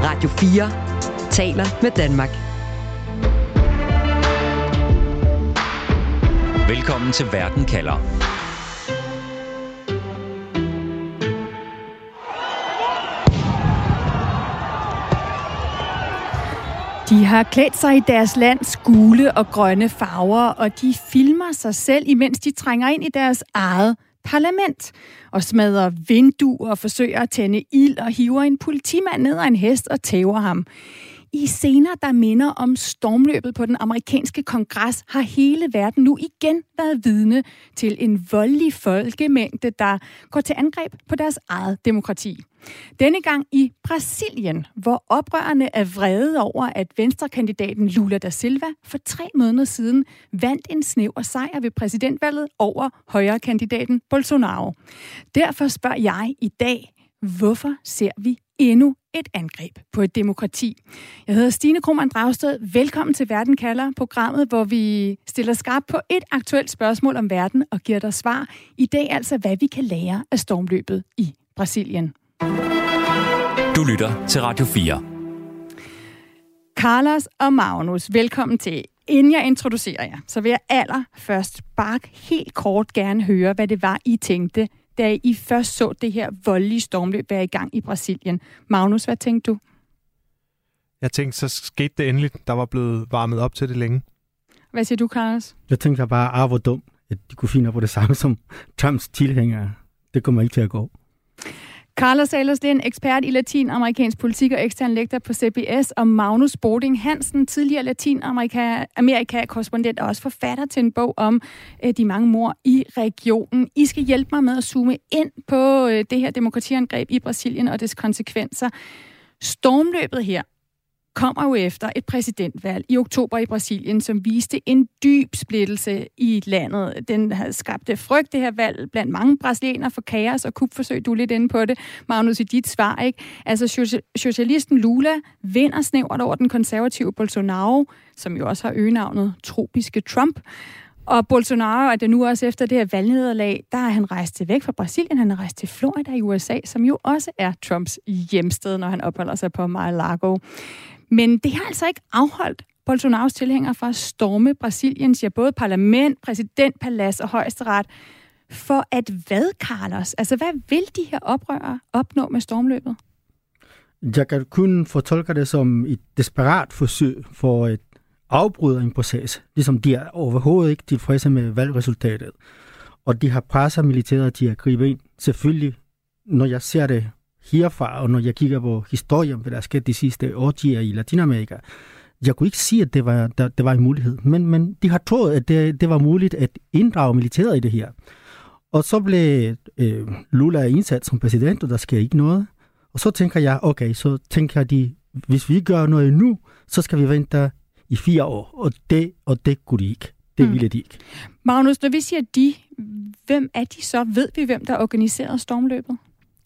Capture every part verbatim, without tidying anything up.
Radio fire taler med Danmark. Velkommen til Verden kalder. De har klædt sig i deres lands gule og grønne farver, og de filmer sig selv, imens de trænger ind i deres eget parlament og smadrer vinduer og forsøger at tænde ild og hiver en politimand ned af en hest og tæver ham. I scener, der minder om stormløbet på den amerikanske kongres, har hele verden nu igen været vidne til en voldelig folkemængde, der går til angreb på deres eget demokrati. Denne gang i Brasilien, hvor oprørerne er vrede over, at venstrekandidaten Lula da Silva for tre måneder siden vandt en snæver sejr ved præsidentvalget over højrekandidaten Bolsonaro. Derfor spørger jeg i dag, hvorfor ser vi endnu et angreb på et demokrati? Jeg hedder Stine Krohmann Dragsted. Velkommen til Verden kalder, programmet, hvor vi stiller skarp på et aktuelt spørgsmål om verden og giver dig svar. I dag altså, hvad vi kan lære af stormløbet i Brasilien. Du lytter til Radio fire. Carlos og Magnus, velkommen til. Inden jeg introducerer jer, så vil jeg allerførst bare helt kort gerne høre, hvad det var, I tænkte, da I først så det her voldelige stormløb være i gang i Brasilien. Magnus, hvad tænkte du? Jeg tænkte, så skete det endelig. Der var blevet varmet op til det længe. Hvad siger du, Carlos? Jeg tænkte bare, ah, hvor dumt, at de kunne finde på det samme som Trumps tilhængere. Det kommer ikke til at gå. Carlos Salas, det er en ekspert i latinamerikansk politik og ekstern lektor på C B S, og Magnus Boding Hansen, tidligere Latinamerika-korrespondent og også forfatter til en bog om øh, de mange mord i regionen. I skal hjælpe mig med at zoome ind på øh, det her demokratiangreb i Brasilien og dets konsekvenser. Stormløbet her kommer jo efter et præsidentvalg i oktober i Brasilien, som viste en dyb splittelse i landet. Den havde skabt frygt, det her valg, blandt mange brasilianere for kaos og kupforsøg. Du er lidt inde på det, Magnus, i dit svar, ikke? Altså, socialisten Lula vinder snævert over den konservative Bolsonaro, som jo også har øgenavnet tropiske Trump. Og Bolsonaro er det nu også efter det her valgnederlag, der er han rejst til væk fra Brasilien. Han er rejst til Florida i U S A, som jo også er Trumps hjemsted, når han opholder sig på Mar-a-Lago. Men det har altså ikke afholdt Bolsonaros tilhængere fra at storme Brasilien, siger både parlament, præsidentpalads og højesteret. For at hvad, Carlos? Altså, hvad vil de her oprørere opnå med stormløbet? Jeg kan kun fortolke det som et desperat forsøg for at afbryde en proces. Ligesom de er overhovedet ikke tilfredse med valgresultatet. Og de har presset militæret til at gribe ind. Selvfølgelig, når jeg ser det herfra, og når jeg kigger på historien, hvad der er sket de sidste årtier i Latinamerika, jeg kunne ikke sige, at det var, der, det var en mulighed. Men, men de har troet, at det, det var muligt at inddrage militæret i det her. Og så blev øh, Lula indsat som præsident, og der sker ikke noget. Og så tænker jeg, okay, så tænker de, hvis vi gør noget nu, så skal vi vente i fire år. Og det, og det kunne de ikke. Det ville de ikke. Magnus, når vi siger de, hvem er de så? Ved vi, hvem der organiserede stormløbet?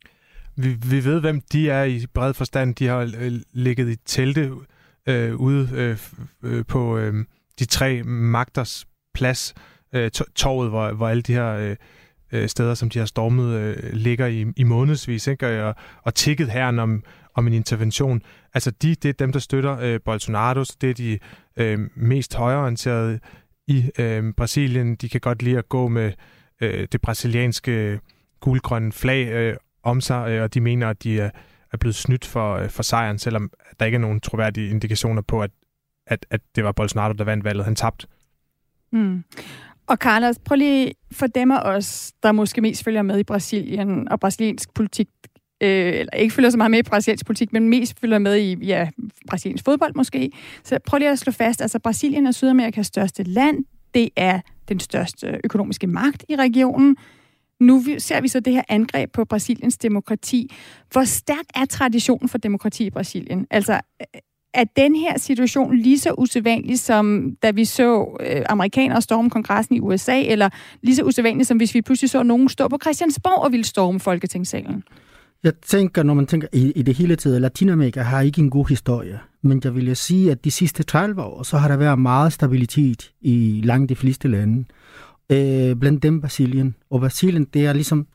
Vi, vi ved, hvem de er i bred forstand. De har øh, ligget i telte øh, ude øh, øh, på øh, de tre magters plads, øh, torvet, hvor, hvor alle de her øh, steder, som de har stormet, øh, ligger i, i månedsvis, ikke? Og, og tikket herren om, om en intervention. Altså, de, det er dem, der støtter øh, Bolsonaro, det er de øh, mest højreorienterede i øh, Brasilien. De kan godt lide at gå med øh, det brasilianske gulgrønne flag øh, om sig, og de mener, at de er, er blevet snydt for, for sejren, selvom der ikke er nogen troværdige indikationer på, at, at, at det var Bolsonaro, der vandt valget. Han tabte. Mm. Og Carlos, prøv lige for dem af os, der måske mest følger med i Brasilien og brasiliansk politik, øh, eller ikke følger så meget med i brasiliansk politik, men mest følger med i ja, brasiliansk fodbold måske. Så prøv lige at slå fast, altså Brasilien er Sydamerikas største land. Det er den største økonomiske magt i regionen. Nu ser vi så det her angreb på Brasiliens demokrati. Hvor stærk er traditionen for demokrati i Brasilien? Altså, er den her situation lige så usædvanlig, som da vi så øh, amerikanere storme kongressen i U S A, eller lige så usædvanlig, som hvis vi pludselig så nogen stå på Christiansborg og ville storme Folketingssalen? Jeg tænker, når man tænker i, i det hele taget, Latinamerika har ikke en god historie. Men jeg vil jo sige, at de sidste tredive år, så har der været meget stabilitet i langt de fleste lande. Øh, blandt dem Brasilien. Og Brasilien, det er ligesom,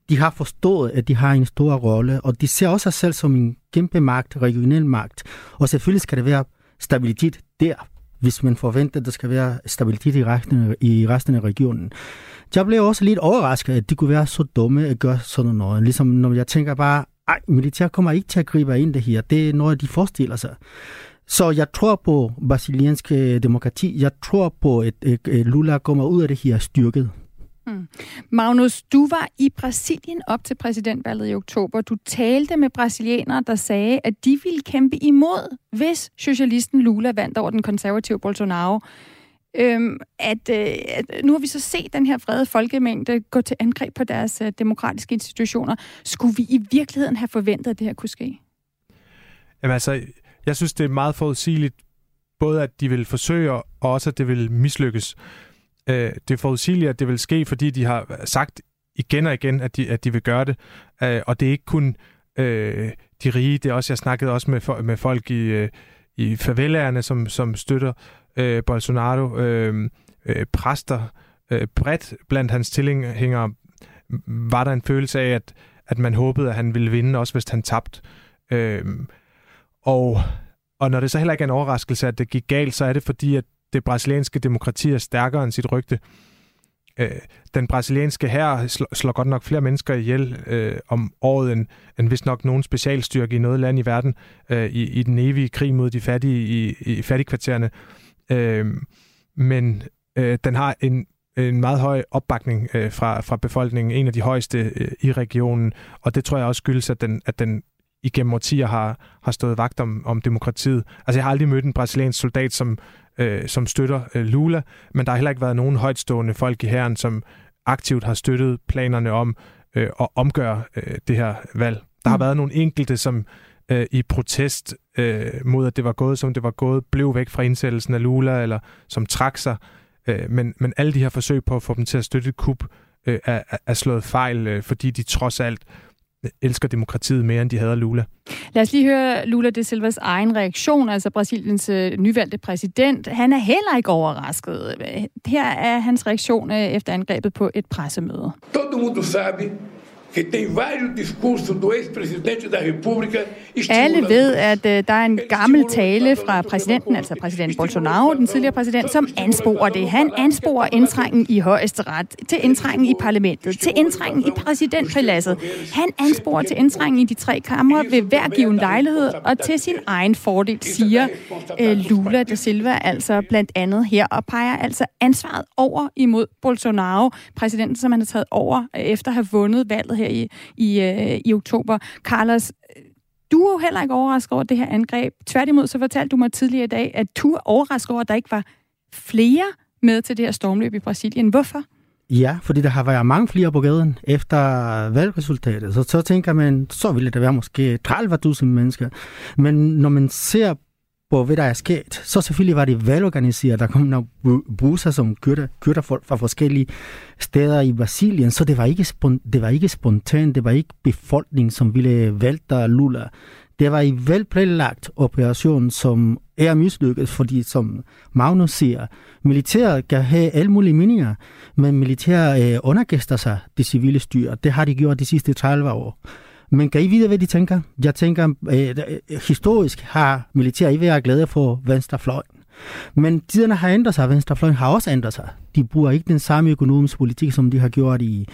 de har forstået, at de har en stor rolle, og de ser også sig selv som en kæmpe magt, regional magt. Og selvfølgelig skal der være stabilitet der, hvis man forventer, at der skal være stabilitet i resten, i resten af regionen. Jeg blev også lidt overrasket, at de kunne være så dumme at gøre sådan noget. Ligesom når jeg tænker bare, ej, militær kommer ikke til at gribe ind det her. Det er noget, de forestiller sig. Så jeg tror på brasiliansk demokrati. Jeg tror på, at Lula kommer ud af det her styrket. Hmm. Magnus, du var i Brasilien op til præsidentvalget i oktober. Du talte med brasilianere, der sagde, at de ville kæmpe imod, hvis socialisten Lula vandt over den konservative Bolsonaro. Øhm, at, øh, at nu har vi så set den her vrede folkemængde gå til angreb på deres øh, demokratiske institutioner. Skulle vi i virkeligheden have forventet, at det her kunne ske? Jamen altså, jeg synes, det er meget forudsigeligt, både at de vil forsøge, og også at det vil mislykkes. Øh, det er forudsigeligt, at det vil ske, fordi de har sagt igen og igen, at de, at de vil gøre det. Øh, og det er ikke kun øh, de rige, det er også, jeg snakkede også med, med folk i, øh, i favelaerne, som, som støtter øh, Bolsonaro, øh, øh, præster. Øh, bredt blandt hans tilhængere var der en følelse af, at, at man håbede, at han ville vinde, også hvis han tabte. Øh, og, og når det så heller ikke er en overraskelse, at det gik galt, så er det fordi, at det brasilianske demokrati er stærkere end sit rygte. Øh, den brasilianske hær slår, slår godt nok flere mennesker ihjel øh, om året, end, end vist nok nogen specialstyrke i noget land i verden, øh, i, i den evige krig mod de fattige i, i fattigkvartererne. Øh, men øh, den har en, en meget høj opbakning øh, fra, fra befolkningen, en af de højeste øh, i regionen, og det tror jeg også skyldes, at den, at den igennem årtier har, har stået vagt om, om demokratiet. Altså jeg har aldrig mødt en brasiliansk soldat, som Øh, som støtter øh, Lula, men der har heller ikke været nogen højtstående folk i hæren, som aktivt har støttet planerne om øh, at omgøre øh, det her valg. Der mm. har været nogle enkelte, som øh, i protest øh, mod, at det var gået, som det var gået, blev væk fra indsættelsen af Lula, eller som trak sig. Øh, men, men alle de her forsøg på at få dem til at støtte et kup øh, er, er slået fejl, øh, fordi de trods alt elsker demokratiet mere, end de hader Lula. Lad os lige høre Lula da Silvas egen reaktion, altså Brasiliens øh, nyvalgte præsident. Han er heller ikke overrasket. Her er hans reaktion øh, efter angrebet på et pressemøde. Todo mundo sabe que tem vários discursos do ex-presidente da República. Alle ved, at uh, der er en gammel tale fra præsidenten, altså præsident Bolsonaro, den tidligere præsident, som ansporer det. Han ansporer indtrængen i højesteret, til indtrængen i parlamentet, til indtrængen i præsidentpaladset. Han ansporer til indtrængen i de tre kamre ved hver given lejlighed og til sin egen fordel, siger uh, Lula da Silva altså blandt andet her, og peger altså ansvaret over imod Bolsonaro, præsidenten, som han har taget over uh, efter at have vundet valget her i, i, uh, i oktober. Carlos, du er jo heller ikke overrasket over det her angreb. Tværtimod så fortalte du mig tidligere i dag, at du er overrasket over, at der ikke var flere med til det her stormløb i Brasilien. Hvorfor? Ja, fordi der har været mange flere på gaden efter valgresultatet. Så, så tænker man, så ville det være måske tredive tusind mennesker. Men når man ser på, hvad der er sket, så selvfølgelig var det velorganiseret. Der kom nogle busser, som kørte, kørte folk fra forskellige steder i Brasilien, så det var ikke, spon- det var ikke spontant, det var ikke befolkningen, som ville vælte Lula. Det var en velplanlagt operation, som er mislykket, fordi som Magnus siger, militæret kan have alle mulige meninger, men militæret øh, underkaster sig det civile styre. Det har de gjort de sidste tredive år. Men kan I vide, hvad de tænker? Jeg tænker, øh, historisk har militæret ikke været glade for venstrefløjen. Men tiderne har ændret sig, venstrefløjen har også ændret sig. De bruger ikke den samme økonomiske politik, som de har gjort i,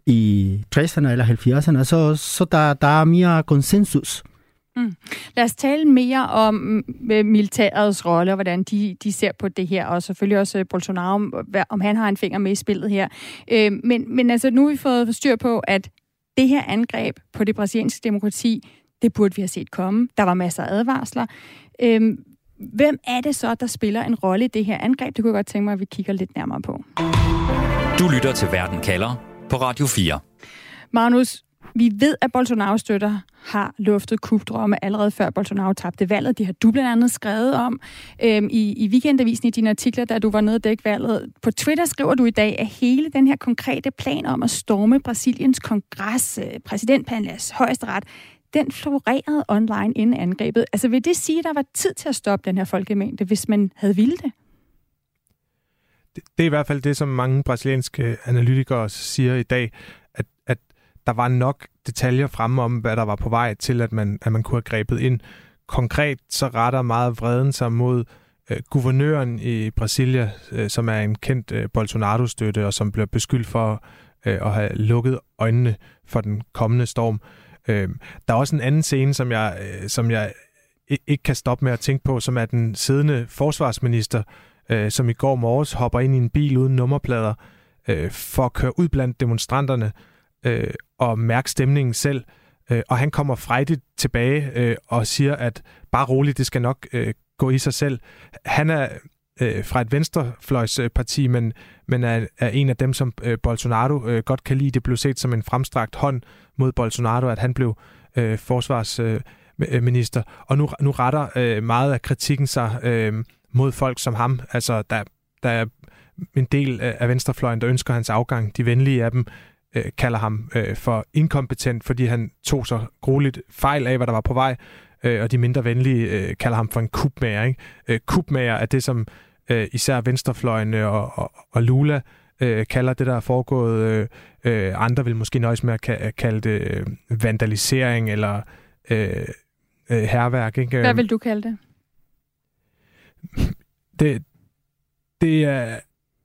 i tresserne eller halvfjerdserne, så, så der, der er mere konsensus. Mm. Lad os tale mere om militærets rolle, og hvordan de, de ser på det her, og selvfølgelig også Bolsonaro, om han har en finger med i spillet her. Øh, men, men altså, nu har vi fået styr på, at det her angreb på det brasilianske demokrati, det burde vi have set komme. Der var masser af advarsler. Øhm, hvem er det så, der spiller en rolle i det her angreb? Det kunne jeg godt tænke mig, at vi kigger lidt nærmere på. Du lytter til Verden kalder på Radio fire. Magnus, vi ved, at Bolsonaro-støtter har luftet kupdrømme allerede før Bolsonaro tabte valget. De har du blandt andet skrevet om øhm, i, i Weekendavisen i dine artikler, da du var nede og dække valget. På Twitter skriver du i dag, at hele den her konkrete plan om at storme Brasiliens kongres, præsidentpalads, højesteret, den florerede online inden angrebet. Altså vil det sige, at der var tid til at stoppe den her folkemængde, hvis man havde ville det? Det, det er i hvert fald det, som mange brasilianske analytikere siger i dag, at, at der var nok detaljer fremme om, hvad der var på vej til, at man, at man kunne have grebet ind. Konkret så retter meget vreden sig mod øh, guvernøren i Brasilia, øh, som er en kendt øh, Bolsonaro-støtte, og som bliver beskyldt for øh, at have lukket øjnene for den kommende storm. Øh, der er også en anden scene, som jeg, øh, som jeg ikke kan stoppe med at tænke på, som er den siddende forsvarsminister, øh, som i går morges hopper ind i en bil uden nummerplader øh, for at køre ud blandt demonstranterne øh, og mærke stemningen selv. Øh, og han kommer frejdigt tilbage øh, og siger, at bare roligt, det skal nok øh, gå i sig selv. Han er øh, fra et venstrefløjsparti, men, men er, er en af dem, som øh, Bolsonaro øh, godt kan lide. Det blev set som en fremstrakt hånd mod Bolsonaro, at han blev øh, forsvarsminister. Øh, og nu, nu retter øh, meget af kritikken sig øh, mod folk som ham. Altså, der, der er en del af venstrefløjen, der ønsker hans afgang. De venlige af dem øh, kalder ham øh, for inkompetent, fordi han tog så grueligt fejl af, hvad der var på vej. Øh, og de mindre venlige øh, kalder ham for en kupmager. Ikke? Øh, kupmager er det, som øh, især venstrefløjene og, og, og Lula øh, kalder det, der er foregået. Øh, øh, andre vil måske nøjes med at kalde det øh, vandalisering eller øh, øh, hærværk. Ikke? Hvad vil du kalde det? Det, det, er,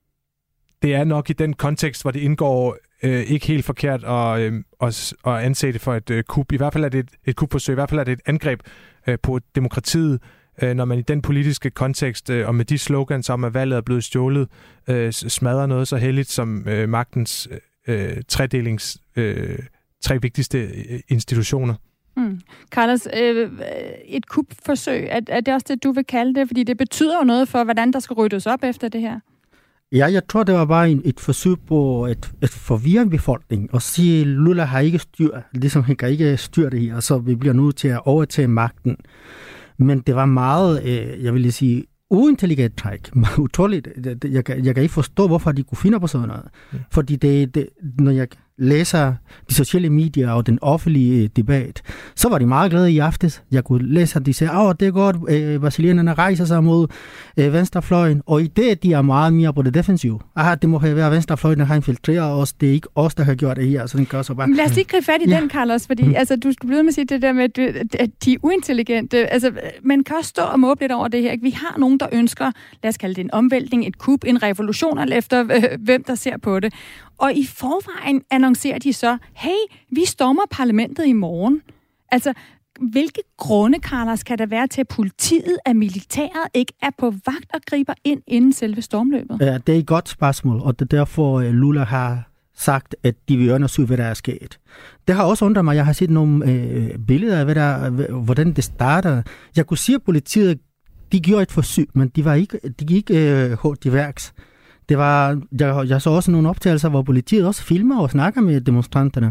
det er nok i den kontekst, hvor det indgår øh, ikke helt forkert at, øh, at, at anse det for et øh, kup. I hvert fald er det et, et kupforsøg. I hvert fald er det et angreb øh, på demokratiet, øh, når man i den politiske kontekst øh, og med de slogans om, at valget er blevet stjålet, øh, smadrer noget så heldigt som øh, magtens øh, tredelings øh, tre vigtigste institutioner. Mm. Carlos, øh, et kupforsøg, er, er det også det, du vil kalde det? Fordi det betyder jo noget for, hvordan der skal ryddes op efter det her. Ja, jeg tror, det var bare en, et forsøg på at, at forvirre befolkningen og sige, at Lula har ikke styr, ligesom han kan ikke styre det her, så vi bliver nødt til at overtage magten. Men det var meget, øh, jeg vil sige, uintelligent træk. Utroligt. Jeg kan, jeg kan ikke forstå, hvorfor de kunne finde på sådan noget. Mm. Fordi det, det, når jeg læser de sociale medier og den offentlige debat, så var de meget glade i aftes. Jeg kunne læse, at de sagde, åh, det er godt, øh, brasilianerne rejser sig mod øh, venstrefløjen, og i det, de er meget mere på det defensive. Ah, det må have været venstrefløjen, der har infiltreret os, det er ikke os, der har gjort det her, så den gør så bare. Lad os lige gribe fat i ja. den, Carlos, fordi mm. altså, du skulle blive med at sige det der med, at de er uintelligente. Altså, man kan også stå og måbe lidt over det her. Vi har nogen, der ønsker, lad os kalde det en omvæltning, et kup, en revolution, alt efter øh, hvem der ser på det. Og i forvejen annoncerer de så, hey, vi stormer parlamentet i morgen. Altså, hvilke grunde, Carlos, kan der være til, at politiet af militæret ikke er på vagt og griber ind inden selve stormløbet? Ja, det er et godt spørgsmål, og det er derfor, Lula har sagt, at de vil undersøge, hvad der er sket. Det har også undret mig. Jeg har set nogle øh, billeder af, hvad der, hvordan det starter. Jeg kunne sige, at politiet de gjorde et forsøg, men de, var ikke, de gik øh, hårdt i værks. Det var, jeg, jeg så også nogle optagelser, hvor politiet også filmer og snakker med demonstranterne.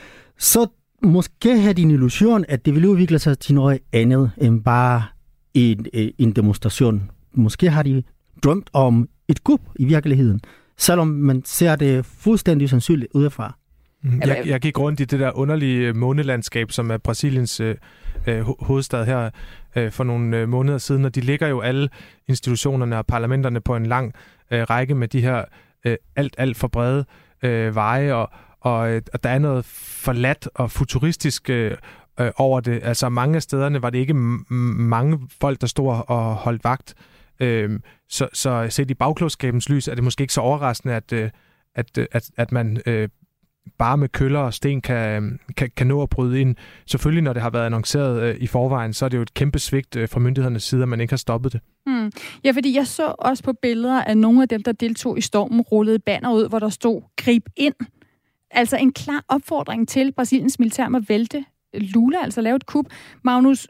Så måske havde de en illusion, at det ville udvikle sig til noget andet end bare en, en demonstration. Måske har de drømt om et kup i virkeligheden, selvom man ser det fuldstændig sandsynligt udefra. Jeg, jeg gik rundt i det der underlige månelandskab, som er Brasiliens øh, hovedstad her øh, for nogle øh, måneder siden, og de ligger jo alle institutionerne og parlamenterne på en lang øh, række med de her øh, alt, alt for brede øh, veje, og, og, og der er noget forladt og futuristisk øh, øh, over det. Altså mange af stederne var det ikke m- mange folk, der stod og holdt vagt, øh, så, så set i bagklogskabens lys er det måske ikke så overraskende, at, øh, at, at, at man øh, bare med køller og sten kan, kan, kan nå at bryde ind. Selvfølgelig, når det har været annonceret øh, i forvejen, så er det jo et kæmpe svigt øh, fra myndighedernes side, at man ikke har stoppet det. Hmm. Ja, fordi jeg så også på billeder af nogle af dem, der deltog i stormen, rullede banner ud, hvor der stod, grib ind. Altså en klar opfordring til Brasiliens militær med at vælte Lula, altså lave et kup. Magnus,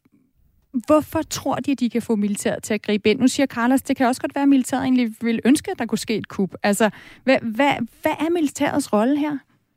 hvorfor tror de, at de kan få militæret til at gribe ind? Nu siger Carlos, det kan også godt være, at militæret egentlig vil ønske, at der kunne ske et kup. Altså, hvad, hvad, hvad er militærets rolle her?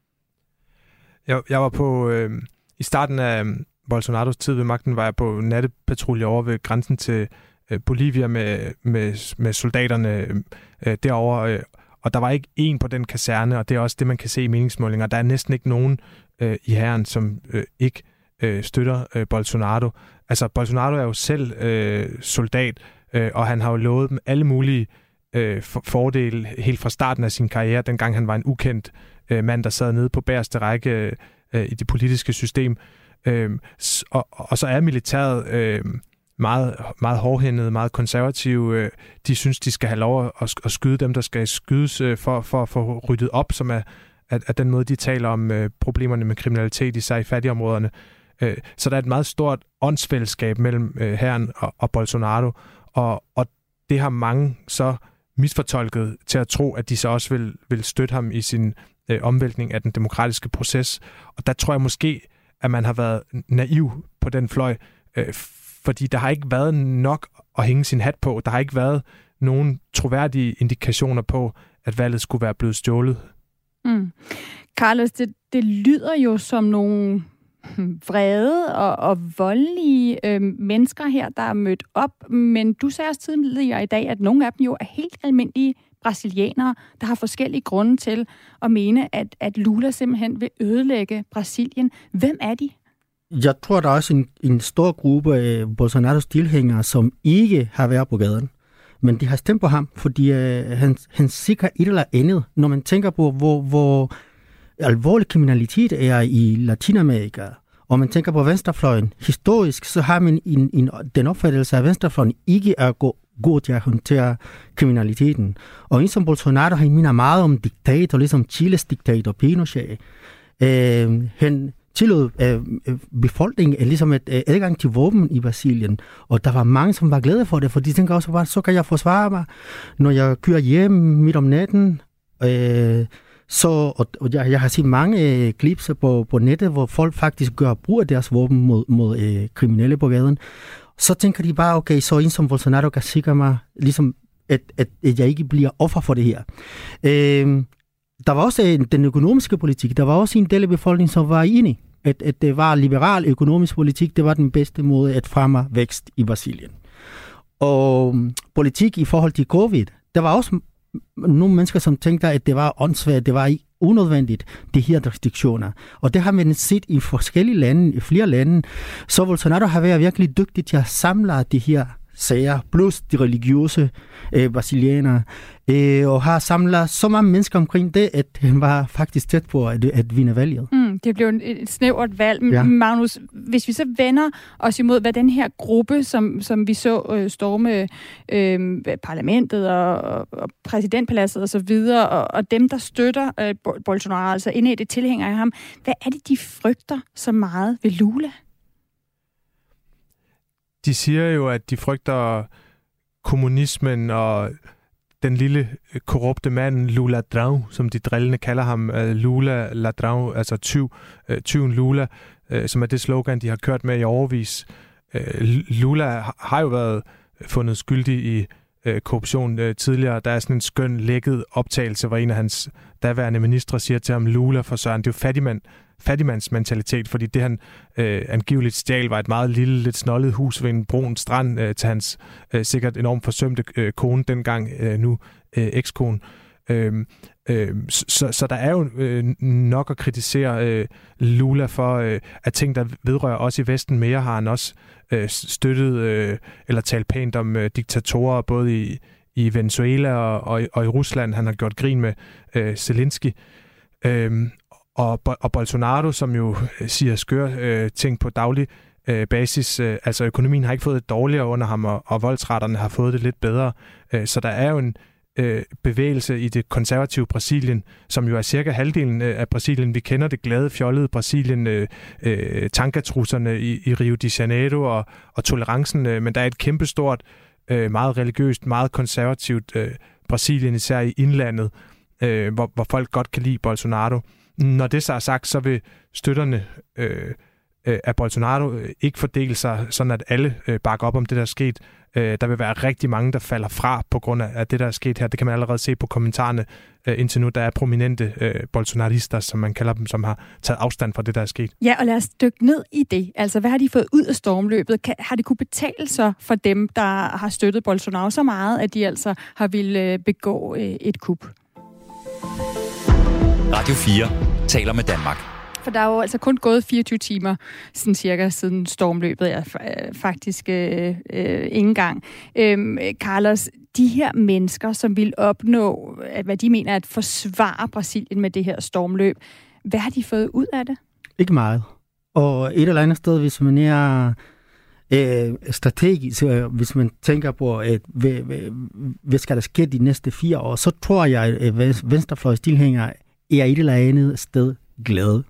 Jeg, jeg var på, øh, i starten af Bolsonaros tid ved magten, var jeg på nattepatrulje over ved grænsen til øh, Bolivia med, med, med soldaterne øh, derovre, øh, og der var ikke én på den kaserne, og det er også det, man kan se i meningsmålinger. Der er næsten ikke nogen øh, i hæren, som øh, ikke øh, støtter øh, Bolsonaro. Altså, Bolsonaro er jo selv øh, soldat, øh, og han har jo lovet dem alle mulige øh, for- fordele helt fra starten af sin karriere, dengang han var en ukendt øh, mand, der sad nede på bagerste række øh, i det politiske system. Øh, og, og så er militæret øh, meget, meget hårdhændet, meget konservative. Øh, de synes, de skal have lov at, at skyde dem, der skal skydes øh, for, for at få ryddet op, som er at, at den måde, de taler om øh, problemerne med kriminalitet, især i fattigområderne. Øh, så der er et meget stort åndsfællesskab mellem øh, hæren og, og Bolsonaro, og, og det har mange så misfortolket til at tro, at de så også vil, vil støtte ham i sin øh, omvæltning af den demokratiske proces. Og der tror jeg måske, at man har været naiv på den fløj, øh, fordi der har ikke været nok at hænge sin hat på. Der har ikke været nogen troværdige indikationer på, at valget skulle være blevet stjålet. Mm. Carlos, det, det lyder jo som nogle vrede og, og voldelige øh, mennesker her, der er mødt op, men du sagde også tidligere i dag, at nogle af dem jo er helt almindelige brasilianere, der har forskellige grunde til at mene, at, at Lula simpelthen vil ødelægge Brasilien. Hvem er de? Jeg tror, der er også en, en stor gruppe af Bolsonaros tilhængere, som ikke har været på gaden. Men de har stemt på ham, fordi øh, han, han sikrer et eller andet. Når man tænker på, hvor, hvor alvorlig kriminalitet er i Latinamerika, og man tænker på venstrefløjen, historisk, så har man en, en, den opfattelse af venstrefløjen ikke er god, god til at håndtere kriminaliteten. Og en som Bolsonaro, han minder meget om diktator, ligesom Chiles diktator Pinochet. Øh, han tillod øh, befolkningen er ligesom et øh, adgang til våben i Brasilien, og der var mange, som var glade for det, for de tænker også, så kan jeg forsvare mig, når jeg kører hjem midt om natten. Øh, så, og, og jeg, jeg har set mange øh, klips på, på nettet, hvor folk faktisk gør brug af deres våben mod, mod øh, kriminelle på gaden. Så tænker de bare, okay, så en som Bolsonaro kan sikre mig, ligesom, at, at, at jeg ikke bliver offer for det her. Øh, Der var også en, den økonomiske politik. Der var også en del af befolkningen, som var enig, at, at det var liberal økonomisk politik. Det var den bedste måde at fremme vækst i Brasilien. Og politik i forhold til covid. Der var også nogle mennesker, som tænkte, at det var åndssvagt, det var unødvendigt, de her restriktioner. Og det har man set i forskellige lande, i flere lande. Så Bolsonaro har været virkelig dygtig til at samle de her sager, plus de religiøse øh, brasilianere, øh, og har samlet så mange mennesker omkring det, at han var faktisk tæt på at, at vinde valget. Mm, det blev et snævert valg. Ja. Magnus, hvis vi så vender os imod, hvad den her gruppe, som, som vi så øh, storme øh, parlamentet og, og præsidentpaladset og så videre, og, og dem, der støtter øh, Bolsonaro, altså indædte tilhængere af ham, hvad er det, de frygter så meget ved Lula? De siger jo, at de frygter kommunismen og den lille korrupte mand Lula Drão, som de drillende kalder ham, Lula Ladrão, altså tyv, tyven Lula, som er det slogan, de har kørt med i årevis. Lula har jo været fundet skyldig i korruption tidligere. Der er sådan en skøn lækket optagelse, hvor en af hans daværende ministre siger til ham, Lula for søren, det er jo fattigmand, fattigmandsmentalitet, fordi det han øh, angiveligt stjal var et meget lille, lidt snollet hus ved en brun strand øh, til hans øh, sikkert enormt forsømte øh, kone dengang, øh, nu øh, ekskone. Øh, øh, så, så der er jo øh, nok at kritisere øh, Lula for, øh, at ting, der vedrører os i Vesten mere, har han også øh, støttet øh, eller talt pænt om øh, diktatorer, både i, i Venezuela og, og, og i Rusland. Han har gjort grin med øh, Zelensky. Øh, Og, og Bolsonaro, som jo siger skøre øh, ting på daglig øh, basis. Øh, altså økonomien har ikke fået det dårligere under ham, og, og voldsretterne har fået det lidt bedre. Øh, så der er jo en øh, bevægelse i det konservative Brasilien, som jo er cirka halvdelen af Brasilien. Vi kender det glade, fjollede Brasilien, øh, øh, tankatrusserne i, i Rio de Janeiro og, og tolerancen. Øh, men der er et kæmpestort, øh, meget religiøst, meget konservativt øh, Brasilien, især i indlandet, øh, hvor, hvor folk godt kan lide Bolsonaro. Når det så er sagt, så vil støtterne øh, øh, af Bolsonaro øh, ikke fordele sig, sådan at alle øh, bakker op om det, der er sket. Øh, der vil være rigtig mange, der falder fra på grund af det, der er sket her. Det kan man allerede se på kommentarerne øh, indtil nu. Der er prominente øh, bolsonarister, som man kalder dem, som har taget afstand fra det, der er sket. Ja, og lad os dykke ned i det. Altså, hvad har de fået ud af stormløbet? Kan, har det kunne betale sig for dem, der har støttet Bolsonaro så meget, at de altså har ville begå øh, et kup? Radio fire taler med Danmark. For der er jo altså kun gået fireogtyve timer sådan cirka siden stormløbet er faktisk øh, øh, ingen gang. Øhm, Carlos, de her mennesker, som vil opnå, hvad de mener at forsvare Brasilien med det her stormløb, hvad har de fået ud af det? Ikke meget. Og et eller andet sted, hvis man er øh, strategisk, øh, hvis man tænker på, at hvad, hvad, hvad skal der ske de næste fire år, så tror jeg, at venstrefløjstilhængere er et eller andet sted glade.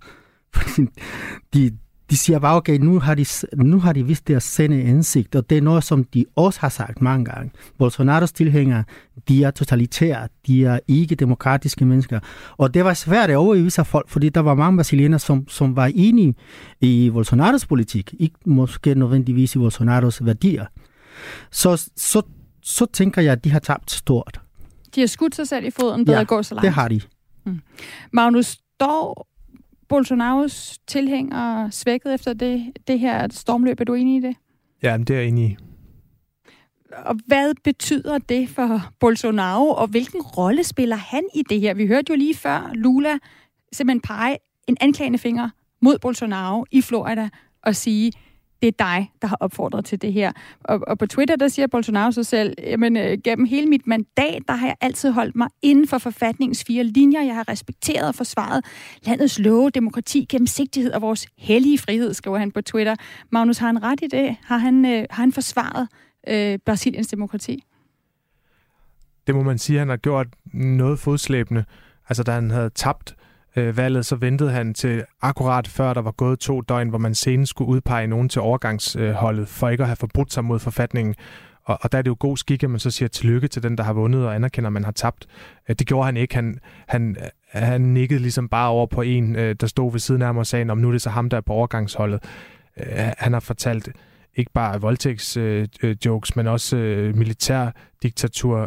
de, de siger bare, okay, nu har de, nu har de vist deres sande ansigt, og det er noget, som de også har sagt mange gange. Bolsonaros tilhængere, de er totalitære, de er ikke demokratiske mennesker. Og det var svært at overbevise folk, fordi der var mange brasilianere, som, som var enige i Bolsonaros politik, ikke måske nødvendigvis i Bolsonaros værdier. Så, så, så tænker jeg, at de har tabt stort. De har skudt sig selv i foden ved ja, at gå så langt. Det har de. Hmm. Magnus, står Bolsonaros tilhængere svækket efter det, det her stormløb? Er du enig i det? Ja, det er jeg enig i. Og hvad betyder det for Bolsonaro, og hvilken rolle spiller han i det her? Vi hørte jo lige før Lula simpelthen pege en anklagende finger mod Bolsonaro i Florida og sige, det er dig, der har opfordret til det her. Og, og på Twitter, der siger Bolsonaro sig selv, jamen øh, gennem hele mit mandat, der har jeg altid holdt mig inden for forfatningens fire linjer. Jeg har respekteret og forsvaret landets love, demokrati, gennemsigtighed og vores hellige frihed, skriver han på Twitter. Magnus, har han ret i det? Har han, øh, har han forsvaret øh, Brasiliens demokrati? Det må man sige, han har gjort noget fodslæbende. Altså, da han havde tabt valget, så ventede han til akkurat før der var gået to døgn, hvor man senest skulle udpege nogen til overgangsholdet, for ikke at have forbrudt sig mod forfatningen. Og, og der er det jo god skik, at man så siger tillykke til den, der har vundet, og anerkender, at man har tabt. Det gjorde han ikke. Han, han, han nikkede ligesom bare over på en, der stod ved siden af mig og sagde, om nu er det så ham, der er på overgangsholdet. Han har fortalt ikke bare voldtægtsjokes, men også militærdiktatur,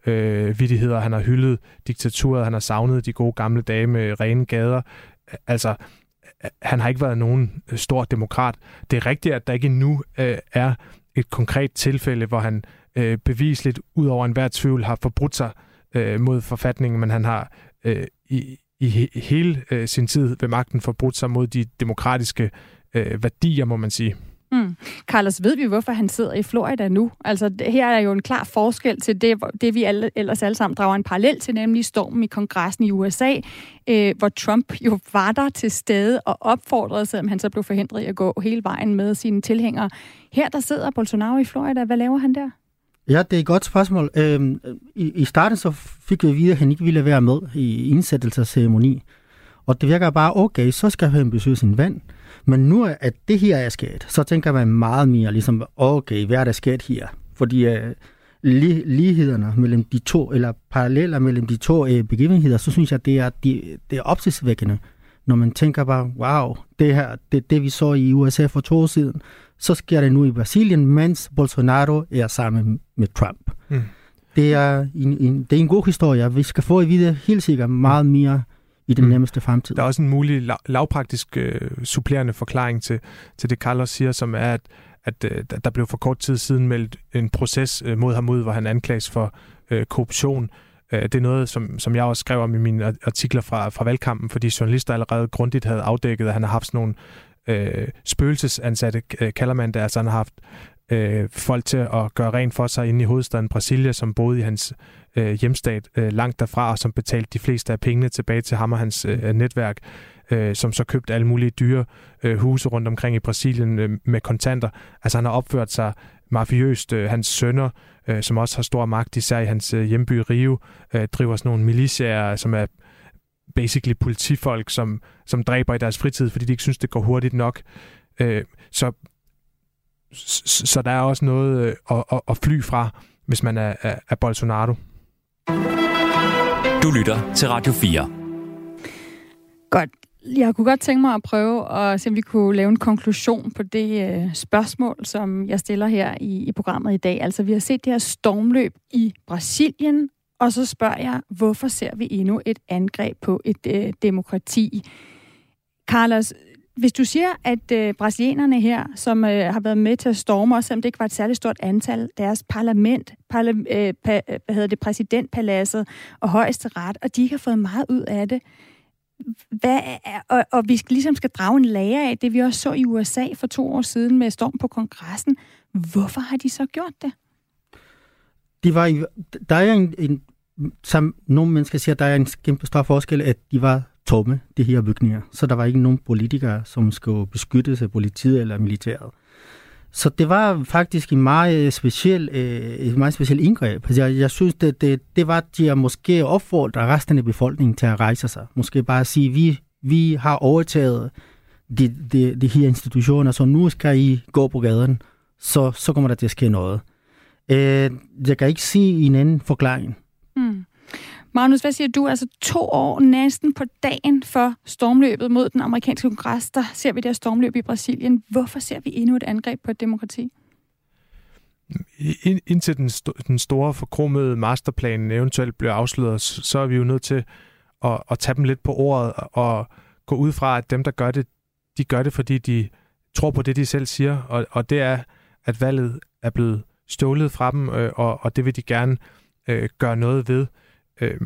Øh, vittigheder. Han har hyldet diktaturet, han har savnet de gode gamle dage med rene gader. Altså, han har ikke været nogen stor demokrat. Det er rigtigt, at der ikke endnu øh, er et konkret tilfælde, hvor han øh, bevisligt, ud over enhver tvivl, har forbrudt sig øh, mod forfatningen, men han har øh, i, i he- hele øh, sin tid ved magten forbrudt sig mod de demokratiske øh, værdier, må man sige. Mm. Carlos, ved vi, hvorfor han sidder i Florida nu? Altså, her er jo en klar forskel til det, det vi alle, ellers alle sammen drager en parallel til, nemlig stormen i kongressen i U S A, øh, hvor Trump jo var der til stede og opfordrede, selvom han så blev forhindret i at gå hele vejen med sine tilhængere. Her der sidder Bolsonaro i Florida. Hvad laver han der? Ja, det er et godt spørgsmål. Øhm, i, I starten så fik vi at vide, at han ikke ville være med i indsættelsesceremoni. Og det virker bare, okay, så skal han besøge sin ven. Men nu at det her er sket, så tænker man meget mere ligesom, okay, hvad er der sket her? Fordi uh, li- lighederne mellem de to, eller paralleller mellem de to uh, begivenheder, så synes jeg, det er, de, det er opsigtsvækkende. Når man tænker bare, wow, det her, det, det vi så i U S A for to år siden, så sker det nu i Brasilien, mens Bolsonaro er sammen med Trump. Mm. Det, er en, en, det er en god historie. Vi skal få at vide helt sikkert meget mere i den mm. nærmeste fremtid. Der er også en mulig lav, lavpraktisk øh, supplerende forklaring til, til det, Carlos siger, som er, at, at øh, der blev for kort tid siden meldt en proces øh, mod ham ud, hvor han anklages for øh, korruption. Øh, det er noget, som, som jeg også skrev om i mine artikler fra, fra valgkampen, fordi journalister allerede grundigt havde afdækket, at han har haft sådan nogle øh, spøgelsesansatte, øh, kalder man det. Altså han har haft øh, folk til at gøre rent for sig inde i hovedstaden Brasilia, som boede i hans øh, hjemstat øh, langt derfra, og som betalte de fleste af pengene tilbage til ham og hans øh, netværk, øh, som så købte alle mulige dyre øh, huse rundt omkring i Brasilien øh, med kontanter. Altså han har opført sig mafiøst. Øh, hans sønner, øh, som også har stor magt, især i hans øh, hjemby Rio, øh, driver sådan nogle militiaer, som er basically politifolk, som, som dræber i deres fritid, fordi de ikke synes, det går hurtigt nok. Øh, så, så, så der er også noget øh, at, at, at fly fra, hvis man er, er, er Bolsonaro. Du lytter til Radio fire. Godt. Jeg kunne godt tænke mig at prøve at se, om vi kunne lave en konklusion på det øh, spørgsmål, som jeg stiller her i, i programmet i dag. Altså, vi har set det her stormløb i Brasilien, og så spørger jeg, hvorfor ser vi endnu et angreb på et øh, demokrati? Carlos, hvis du siger, at øh, brasilianerne her, som øh, har været med til at storme, også selvom det ikke var et særligt stort antal, deres parlament, parla- øh, pa- hvad hedder det, præsidentpaladset og højesteret, og de ikke har fået meget ud af det, hvad er, og, og vi skal ligesom skal drage en lære af det, vi også så i U S A for to år siden med storm på kongressen. Hvorfor har de så gjort det? De var, der er en, en som nogle mennesker siger, der er en kæmpe stor forskel, at de var tomme, de her bygninger. Så der var ikke nogen politikere, som skulle beskyttes af politiet eller militæret. Så det var faktisk en meget speciel, et meget speciel indgreb. Altså, jeg, jeg synes, det, det, det var, at de måske opfordrer resten af befolkningen til at rejse sig. Måske bare sige, at vi, vi har overtaget de, de, de her institutioner, så nu skal I gå på gaden, så, så kommer der til at ske noget. Øh, jeg kan ikke sige en anden forklaring. Hmm. Magnus, hvad siger du? Altså to år næsten på dagen for stormløbet mod den amerikanske kongres, der ser vi det her stormløb i Brasilien. Hvorfor ser vi endnu et angreb på et demokrati? Ind, indtil den, st- den store forkromede masterplan eventuelt bliver afsløret, så er vi jo nødt til at, at tage dem lidt på ordet og gå ud fra, at dem, der gør det, de gør det, fordi de tror på det, de selv siger. Og, og det er, at valget er blevet stjålet fra dem, øh, og, og det vil de gerne øh, gøre noget ved. Øh,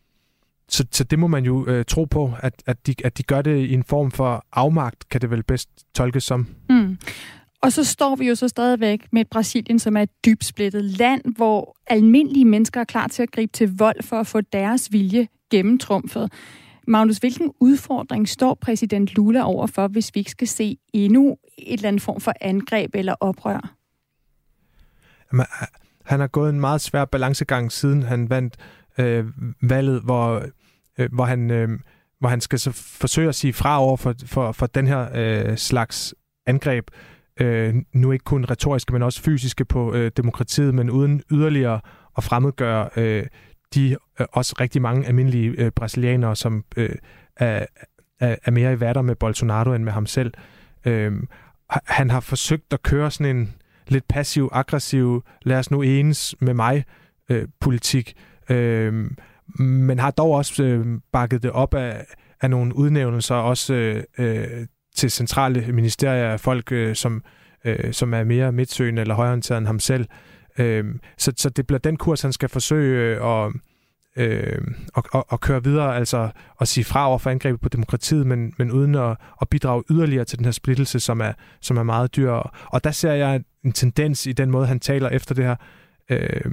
så, så det må man jo øh, tro på, at, at, de, at de gør det i en form for afmagt, kan det vel bedst tolkes som. Mm. Og så står vi jo så stadigvæk med et Brasilien, som er et dybt splittet land, hvor almindelige mennesker er klar til at gribe til vold for at få deres vilje gennemtrumfet. Magnus, hvilken udfordring står præsident Lula overfor, hvis vi ikke skal se endnu et eller andet form for angreb eller oprør? Jamen, han har gået en meget svær balancegang, siden han vandt øh, valget, hvor, øh, hvor, han, øh, hvor han skal så forsøge at sige fra over for, for, for den her øh, slags angreb. Øh, nu ikke kun retoriske, men også fysiske på øh, demokratiet, men uden yderligere at fremmedgøre øh, de øh, også rigtig mange almindelige øh, brasilianere, som øh, er, er, er mere i vatter med Bolsonaro end med ham selv. Øh, han har forsøgt at køre sådan en lidt passiv, aggressiv, lad os nu enes med mig øh, politik, øh, men har dog også øh, bakket det op af, af nogle udnævnelser, også øh, øh, til centrale ministerier af folk, øh, som, øh, som er mere midtsøgende eller højreorienteret end ham selv. Øh, så, så det bliver den kurs, han skal forsøge at, øh, at, at, at køre videre, altså at sige fra over for angrebet på demokratiet, men, men uden at, at bidrage yderligere til den her splittelse, som er, som er meget dyr. Og der ser jeg en tendens i den måde, han taler efter det her, øh,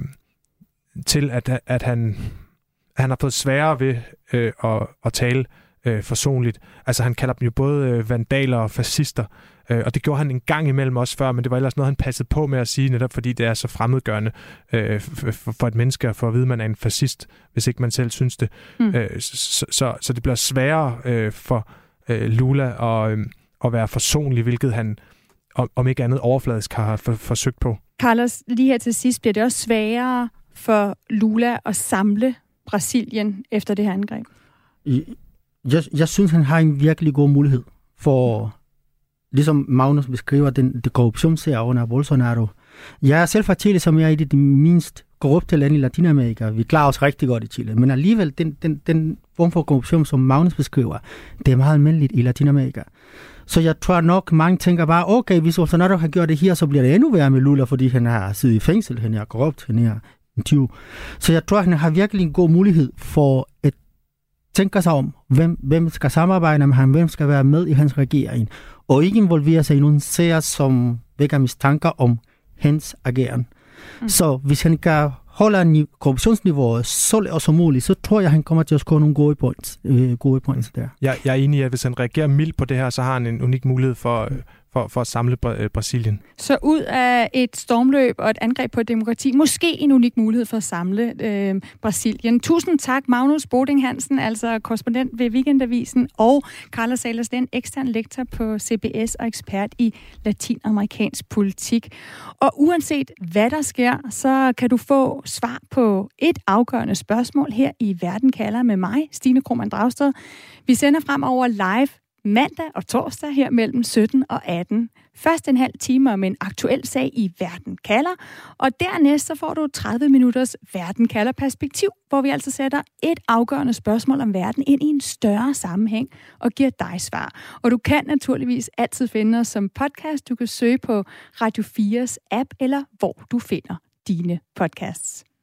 til at, at han, han har fået sværere ved øh, at, at tale øh, forsonligt. Altså han kalder dem jo både øh, vandaler og fascister, øh, og det gjorde han en gang imellem også før, men det var ellers noget, han passede på med at sige, netop fordi det er så fremmedgørende øh, for, for et menneske at få at vide, at man er en fascist, hvis ikke man selv synes det. Mm. Øh, så, så, så det bliver sværere øh, for øh, Lula at, øh, at være forsonlig, hvilket han om, om ikke andet overfladisk har for, forsøgt på. Carlos, lige her til sidst, bliver det også sværere for Lula at samle Brasilien efter det her angreb? Jeg, jeg synes, han har en virkelig god mulighed for, ligesom Magnus beskriver, den, den korruptionsserie under Bolsonaro. Jeg er selv fra Chile, som er et af de mindst korrupte lande i Latinamerika. Vi klarer os rigtig godt i Chile, men alligevel, den, den, den form for korruption, som Magnus beskriver, det er meget almindeligt i Latinamerika. Så jeg tror nok, mange tænker bare, okay, hvis Bolsonaro har gjort det her, så bliver det endnu værre med Lula, fordi han har siddet i fængsel, han er korrupt, han er en tyv. Så jeg tror, han har virkelig en god mulighed for at tænke sig om, hvem, hvem skal samarbejde med ham, hvem skal være med i hans regering, og ikke involvere sig i nogle sager, som vækker mistanker om hans ageren. Mm. Så hvis han kan holde korruptionsniveauet så lavt som muligt, så tror jeg, han kommer til at score nogle gode points, øh, gode points der. Jeg, jeg er enig i, at hvis han reagerer mildt på det her, så har han en unik mulighed for, for, for at samle Brasilien. Så ud af et stormløb og et angreb på demokrati, måske en unik mulighed for at samle øh, Brasilien. Tusind tak, Magnus Boding Hansen, altså korrespondent ved Weekendavisen, og Carlos Salas, den ekstern lektor på C B S og ekspert i latinamerikansk politik. Og uanset hvad der sker, så kan du få svar på et afgørende spørgsmål her i Verden kalder med mig, Stine Krohmann Dragsted. Vi sender fremover live mandag og torsdag her mellem sytten og atten. Først en halv time om en aktuel sag i Verden kalder, og dernæst så får du tredive minutters Verden kalder perspektiv, hvor vi altså sætter et afgørende spørgsmål om verden ind i en større sammenhæng og giver dig svar. Og du kan naturligvis altid finde os som podcast. Du kan søge på Radio fires app, eller hvor du finder dine podcasts.